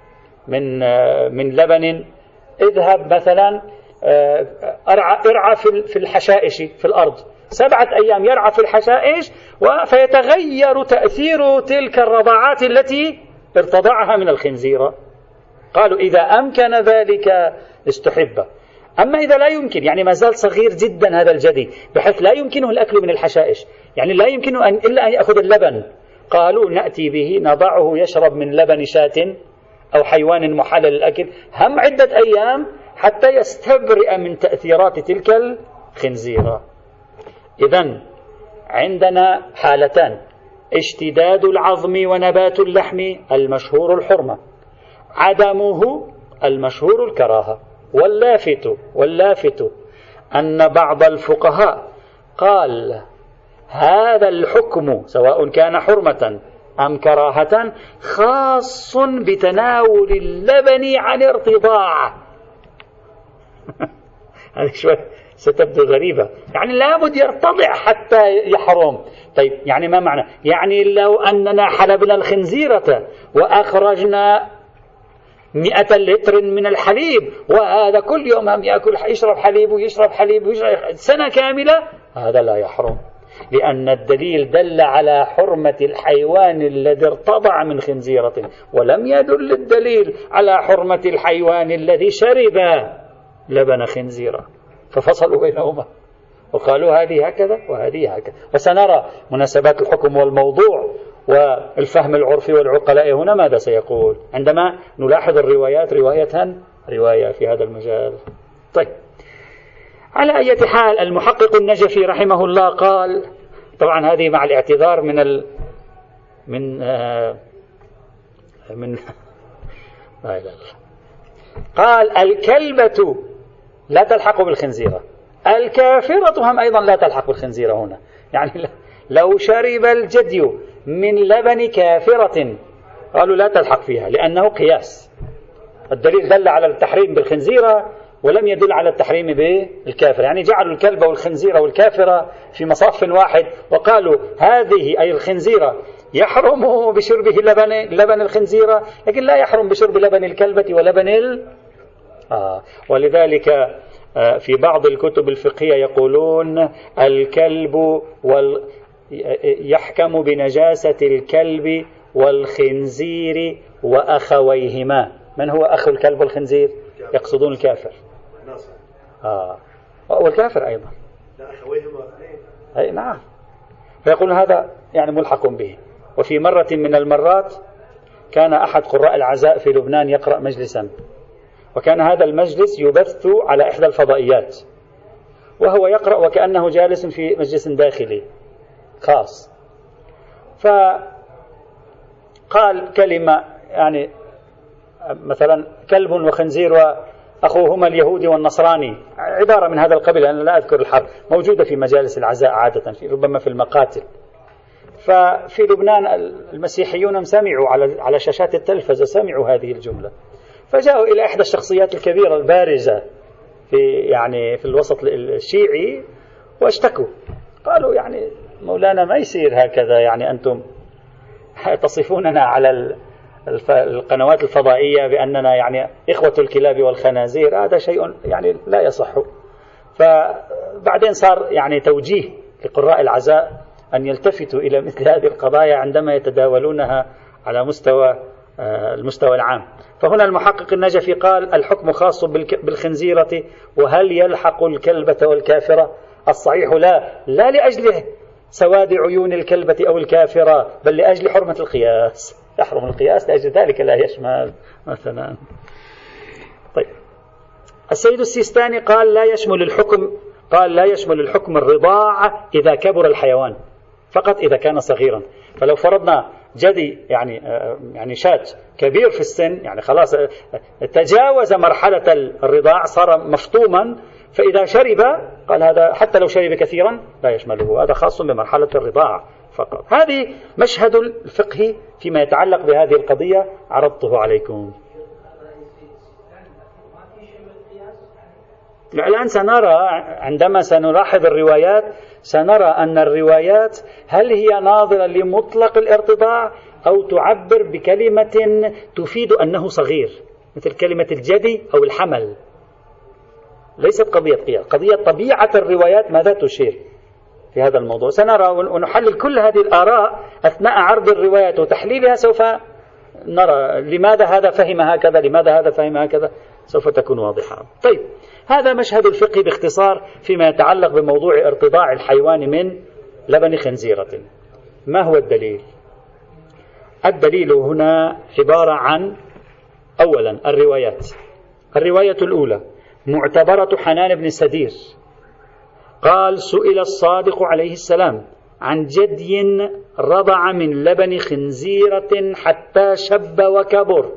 من لبن، اذهب مثلا ارعى في الحشائش في الأرض 7 أيام، يرعى في الحشائش فيتغير تأثير تلك الرضاعات التي ارتضعها من الخنزيرة. قالوا إذا أمكن ذلك استحب. أما إذا لا يمكن، يعني ما زال صغير جدا هذا الجدي بحيث لا يمكنه الأكل من الحشائش، يعني لا يمكنه إلا أن يأخذ اللبن، قالوا نأتي به نضعه يشرب من لبن شاة أو حيوان محلل الأكل هم عدة أيام حتى يستبرئ من تأثيرات تلك الخنزيرة. إذن عندنا حالتان: اشتداد العظم ونبات اللحم المشهور الحرمة، عدمه المشهور الكراهة. واللافت أن بعض الفقهاء قال هذا الحكم سواء كان حرمة أم كراهة خاص بتناول اللبن عن ارتضاع. هذه شوي ستبدو غريبة، يعني لابد يرتضع حتى يحرم. طيب يعني ما معنى؟ يعني لو أننا حلبنا الخنزيرة وأخرجنا 100 لتر من الحليب وهذا كل يوم هم يشرب حليب ويشرب سنة كاملة، هذا لا يحرم، لأن الدليل دل على حرمة الحيوان الذي ارتضع من خنزيرة، ولم يدل الدليل على حرمة الحيوان الذي شرب لبن خنزيرة، ففصلوا بينهما وقالوا هذه هكذا وهذه هكذا. وسنرى مناسبات الحكم والموضوع والفهم العرفي والعقلاء هنا ماذا سيقول عندما نلاحظ الروايات رواية في هذا المجال. طيب، على أي حال المحقق النجفي رحمه الله قال، طبعا هذه مع الاعتذار من قال الكلبة لا تلحق بالخنزيرة، الكافرة هم أيضا لا تلحق بالخنزيرة هنا، يعني لو شرب الجدي من لبن كافرة قالوا لا تلحق فيها لأنه قياس، الدليل دل على التحريم بالخنزيرة ولم يدل على التحريم بالكافر، يعني جعلوا الكلب والخنزيرة والكافرة في مصاف واحد وقالوا هذه أي الخنزيرة يحرم بشربه لبن الخنزيرة لكن لا يحرم بشرب لبن الكلبة ولبن ولذلك في بعض الكتب الفقهية يقولون الكلب يحكم بنجاسة الكلب والخنزير وأخويهما. من هو أخو الكلب والخنزير؟ يقصدون الكافر والكافر أيضا، أي نعم، فيقولون هذا يعني ملحق به. وفي مرة من المرات كان أحد قراء العزاء في لبنان يقرأ مجلسا، وكان هذا المجلس يبث على إحدى الفضائيات، وهو يقرأ وكأنه جالس في مجلس داخلي خاص، فقال كلمة يعني مثلا كلب وخنزير وأخوهما اليهودي والنصراني، عبارة من هذا القبيل، أنا لا أذكر الحرف، موجودة في مجالس العزاء عادة ربما في المقاتل. ففي لبنان المسيحيون سمعوا على شاشات التلفزة سمعوا هذه الجملة، فجاءوا إلى إحدى الشخصيات الكبيرة البارزة في الوسط الشيعي واشتكوا، قالوا يعني مولانا ما يصير هكذا، يعني أنتم تصفوننا على القنوات الفضائية بأننا يعني إخوة الكلاب والخنازير، هذا شيء يعني لا يصح. فبعدين صار يعني توجيه لقراء العزاء أن يلتفتوا إلى مثل هذه القضايا عندما يتداولونها على المستوى العام. فهنا المحقق النجفي قال الحكم خاص بالخنزيرة، وهل يلحق الكلبة والكافرة؟ الصحيح لا لأجل سواد عيون الكلبة أو الكافرة، بل لأجل حرمة القياس، يحرم القياس لأجل ذلك لا يشمل مثلا. طيب، السيد السيستاني قال لا يشمل الحكم الرضاع إذا كبر الحيوان، فقط إذا كان صغيرا. فلو فرضنا جدي يعني شات كبير في السن، يعني خلاص تجاوز مرحلة الرضاع صار مفطوما، فإذا شرب قال هذا حتى لو شرب كثيرا لا يشمله، هذا خاص بمرحلة الرضاع فقط. هذه مشهد الفقه فيما يتعلق بهذه القضية عرضته عليكم. الآن سنرى عندما سنلاحظ الروايات سنرى أن الروايات هل هي ناظرة لمطلق الارتضاع أو تعبر بكلمة تفيد أنه صغير مثل كلمة الجدي أو الحمل. ليست قضية قياس، قضية طبيعة الروايات ماذا تشير في هذا الموضوع. سنرى ونحلل كل هذه الآراء أثناء عرض الروايات وتحليلها. سوف نرى لماذا هذا فهم هكذا، لماذا هذا فهم هكذا، سوف تكون واضحة. طيب، هذا مشهد الفقه باختصار فيما يتعلق بموضوع ارتضاع الحيوان من لبن خنزيرة. ما هو الدليل؟ الدليل هنا عبارة عن أولا الروايات. الرواية الأولى معتبرة حنان بن سدير قال: سئل الصادق عليه السلام عن جدي رضع من لبن خنزيرة حتى شب وكبر،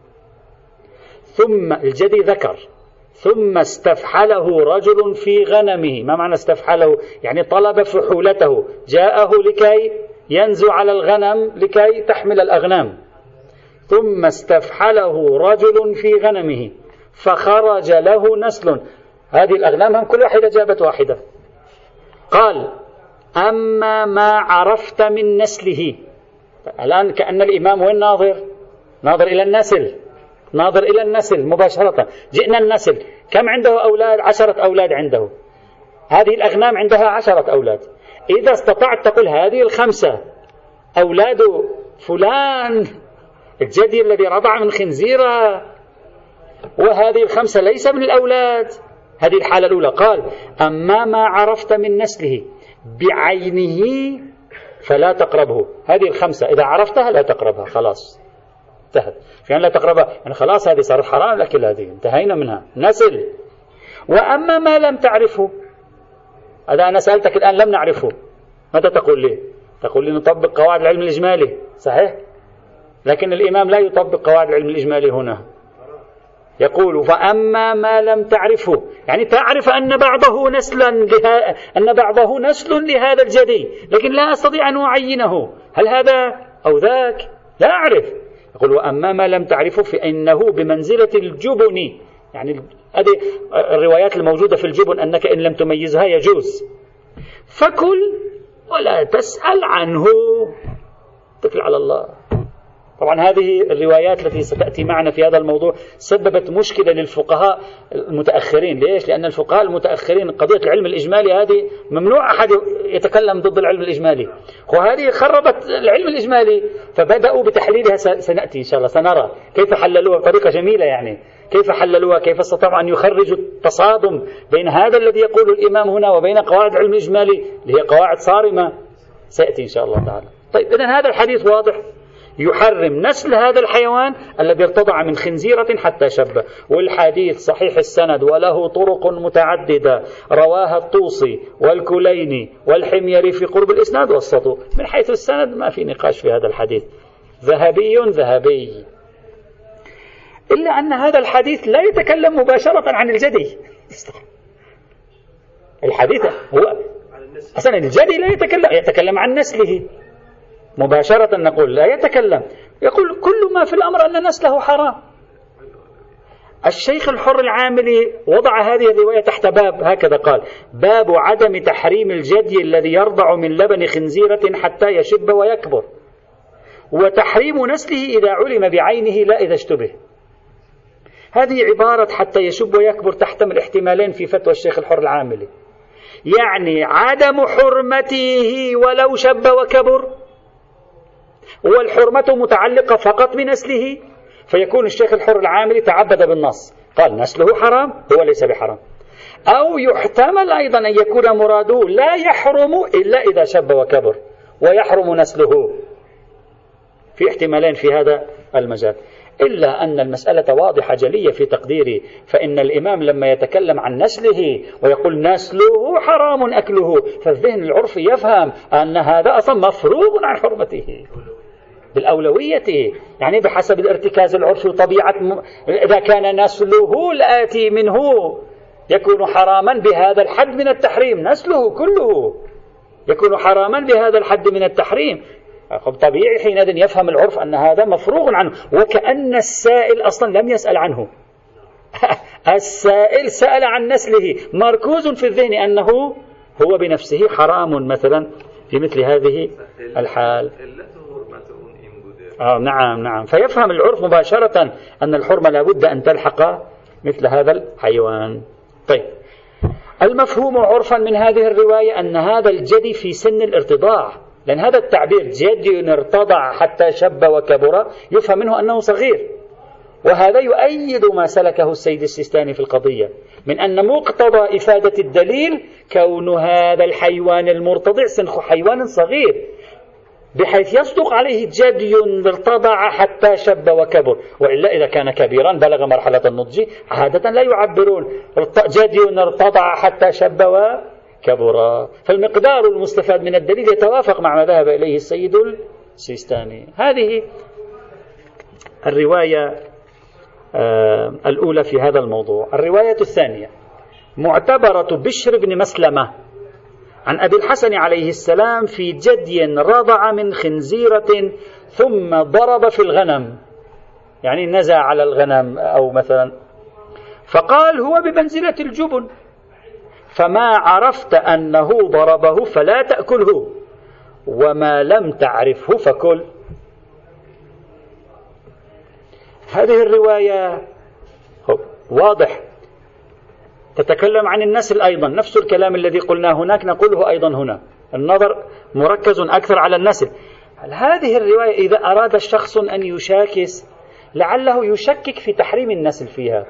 ثم الجدي ذكر ثم استفحله رجل في غنمه. ما معنى استفحله؟ يعني طلب فحولته، جاءه لكي ينزو على الغنم لكي تحمل الأغنام. ثم استفحله رجل في غنمه فخرج له نسل. هذه الأغنام هم كل واحدة جابت واحدة. قال: أما ما عرفت من نسله. الآن كأن الإمام وين ناظر؟ ناظر إلى النسل، ناظر إلى النسل مباشرة. جئنا النسل، كم عنده أولاد؟ 10 أولاد عنده. هذه الأغنام عندها 10 أولاد. إذا استطعت تقول هذه 5 أولاد فلان الجدي الذي رضع من خنزيرة، وهذه 5 ليس من الأولاد. هذه الحالة الأولى. قال: أما ما عرفت من نسله بعينه فلا تقربه. هذه 5 إذا عرفتها لا تقربها، خلاص انتهت. يعني لا تقربها يعني خلاص هذه صارت حرام، لكن هذه انتهينا منها نسل. وأما ما لم تعرفه، هذا أنا سألتك الآن لم نعرفه، ماذا تقول لي؟ تقول لي نطبق قواعد العلم الإجمالي، صحيح؟ لكن الإمام لا يطبق قواعد العلم الإجمالي هنا. يقول: فأما ما لم تعرفه، يعني تعرف أن بعضه نسل لهذا الجدي، لكن لا أستطيع أن أعينه هل هذا أو ذاك، لا أعرف. يقول: وأما ما لم تعرفه فإنه بمنزلة الجبن. يعني هذه الروايات الموجودة في الجبن أنك إن لم تميزها يجوز. فكل ولا تسأل عنه، اتكل على الله. طبعا هذه الروايات التي ستأتي معنا في هذا الموضوع سببت مشكلة للفقهاء المتأخرين. ليش؟ لأن الفقهاء المتأخرين قضية العلم الإجمالي هذه ممنوع أحد يتكلم ضد العلم الإجمالي، وهذه خربت العلم الإجمالي، فبدأوا بتحليلها. سنأتي إن شاء الله، سنرى كيف حللوها بطريقة جميلة. يعني كيف حللوها، كيف استطاعوا أن يخرجوا التصادم بين هذا الذي يقول الإمام هنا وبين قواعد العلم الإجمالي اللي هي قواعد صارمة. سيأتي إن شاء الله تعالى. طيب، إذن هذا الحديث واضح، يحرم نسل هذا الحيوان الذي ارتضع من خنزيرة حتى شب. والحديث صحيح السند وله طرق متعددة، رواها الطوسي والكليني والحميري في قرب الإسناد والصدوق. من حيث السند ما في نقاش في هذا الحديث، ذهبي. إلا أن هذا الحديث لا يتكلم مباشرة عن الجدي. الحديث هو أصلا الجدي لا يتكلم عن نسله مباشرة. نقول لا يتكلم، يقول كل ما في الأمر أن نسله حرام. الشيخ الحر العاملي وضع هذه الرواية تحت باب، هكذا قال: باب عدم تحريم الجدي الذي يرضع من لبن خنزيرة حتى يشب ويكبر، وتحريم نسله إذا علم بعينه لا إذا اشتبه. هذه عبارة حتى يشب ويكبر تحتمل احتمالين في فتوى الشيخ الحر العاملي، يعني عدم حرمته ولو شب وكبر، والحرمة متعلقة فقط بنسله، فيكون الشيخ الحر العاملي تعبد بالنص، قال نسله حرام هو ليس بحرام. أو يحتمل أيضا أن يكون مراده لا يحرم إلا إذا شب وكبر ويحرم نسله، في احتمالين في هذا المجال. إلا أن المسألة واضحة جلية في تقديري، فإن الإمام لما يتكلم عن نسله ويقول نسله حرام أكله، فالذهن العرفي يفهم أن هذا أصلا مفروغ عن حرمته بالأولوية، يعني بحسب الارتكاز العرفي وطبيعة. إذا كان نسله الآتي منه يكون حراما بهذا الحد من التحريم، نسله كله يكون حراما بهذا الحد من التحريم. طبيعي حينئذ يفهم العرف أن هذا مفروغ عنه، وكأن السائل أصلا لم يسأل عنه. السائل سأل عن نسله، مركوز في الذهن أنه هو بنفسه حرام مثلا في مثل هذه الحال. نعم، فيفهم العرف مباشرة أن الحرمة لابد أن تلحق مثل هذا الحيوان. طيب، المفهوم عرفا من هذه الرواية أن هذا الجدي في سن الارتضاع، لأن هذا التعبير جدي ارتضع حتى شب وكبر يفهم منه أنه صغير، وهذا يؤيد ما سلكه السيد السيستاني في القضية من أن مقتضى إفادة الدليل كون هذا الحيوان المرتضع سنخ حيوان صغير، بحيث يصدق عليه جدي ارتضع حتى شب وكبر، وإلا إذا كان كبيرا بلغ مرحلة النضج عادة لا يعبرون جدي ارتضع حتى شب وكبر. فالمقدار المستفاد من الدليل يتوافق مع ما ذهب إليه السيد السيستاني. هذه الرواية الأولى في هذا الموضوع. الرواية الثانية معتبرة بشر بن مسلمة عن أبي الحسن عليه السلام في جدي رضع من خنزيرة ثم ضرب في الغنم، يعني نزع على الغنم أو مثلا، فقال هو بمنزلة الجبن، فما عرفت أنه ضربه فلا تأكله، وما لم تعرفه فكل. هذه الرواية واضح تتكلم عن النسل أيضا، نفس الكلام الذي قلناه هناك نقوله أيضا هنا، النظر مركز أكثر على النسل. هذه الرواية إذا أراد الشخص أن يشاكس لعله يشكك في تحريم النسل فيها.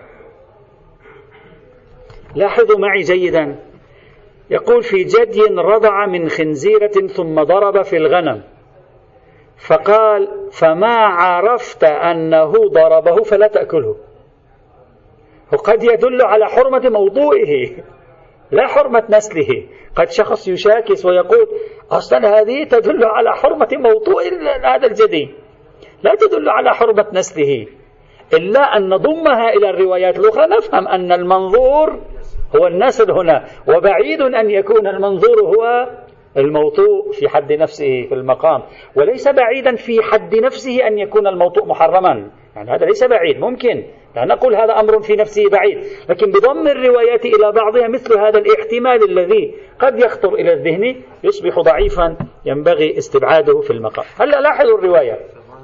لاحظوا معي جيدا، يقول في جدي رضع من خنزيرة ثم ضرب في الغنم، فقال فما عرفت أنه ضربه فلا تأكله. وقد يدل على حرمة موضوعه لا حرمة نسله. قد شخص يشاكس ويقول أصلا هذه تدل على حرمة موضوع هذا الجدي، لا تدل على حرمة نسله، إلا أن نضمها إلى الروايات الأخرى نفهم أن المنظور هو النسل هنا، وبعيد أن يكون المنظور هو الموطوء في حد نفسه في المقام، وليس بعيدا في حد نفسه أن يكون الموطوء محرما، يعني هذا ليس بعيد، ممكن لا نقول هذا أمر في نفسه بعيد، لكن بضم الروايات إلى بعضها مثل هذا الاحتمال الذي قد يخطر إلى الذهن يصبح ضعيفا ينبغي استبعاده في المقام. هلا لاحظوا الرواية.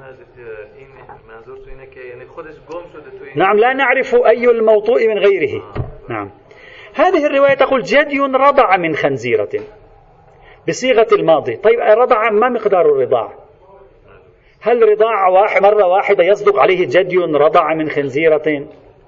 نعم، لا نعرف أي الموطوء من غيره. نعم، هذه الرواية تقول جدي رضع من خنزيرة بصيغة الماضي. طيب رضع، ما مقدار الرضاع؟ هل رضاع مرة واحدة يصدق عليه جدي رضع من خنزيرة؟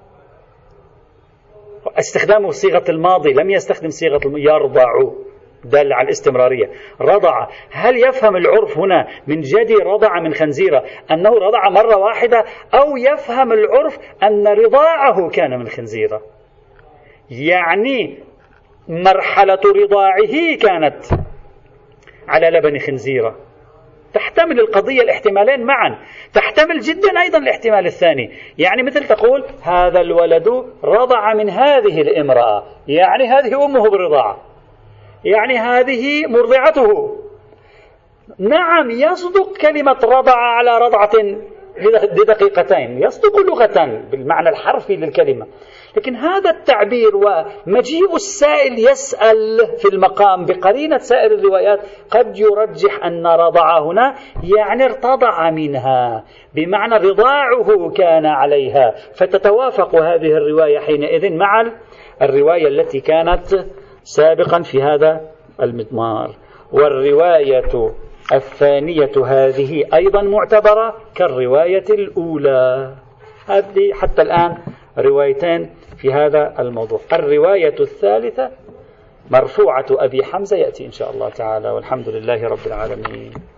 استخدامه صيغة الماضي، لم يستخدم صيغة يرضع دل على الاستمرارية. رضع، هل يفهم العرف هنا من جدي رضع من خنزيرة أنه رضع مرة واحدة، أو يفهم العرف أن رضاعه كان من خنزيرة؟ يعني مرحلة رضاعه كانت على لبن خنزيرة. تحتمل القضية الاحتمالين معا، تحتمل جدا أيضا الاحتمال الثاني، يعني مثل تقول هذا الولد رضع من هذه الامرأة، يعني هذه أمه برضاعة، يعني هذه مرضعته. نعم، يصدق كلمة رضع على رضعة لدقيقتين، يصدق لغة بالمعنى الحرفي للكلمة، لكن هذا التعبير ومجيء السائل يسأل في المقام بقرينة سائر الروايات قد يرجح أن رضع هنا يعني ارتضع منها، بمعنى رضاعه كان عليها، فتتوافق هذه الرواية حينئذ مع الرواية التي كانت سابقا في هذا المضمار. والرواية الثانية هذه أيضا معتبرة كالرواية الأولى. هذه حتى الآن روايتين في هذا الموضوع. الرواية الثالثة مرفوعة أبي حمزة يأتي إن شاء الله تعالى، والحمد لله رب العالمين.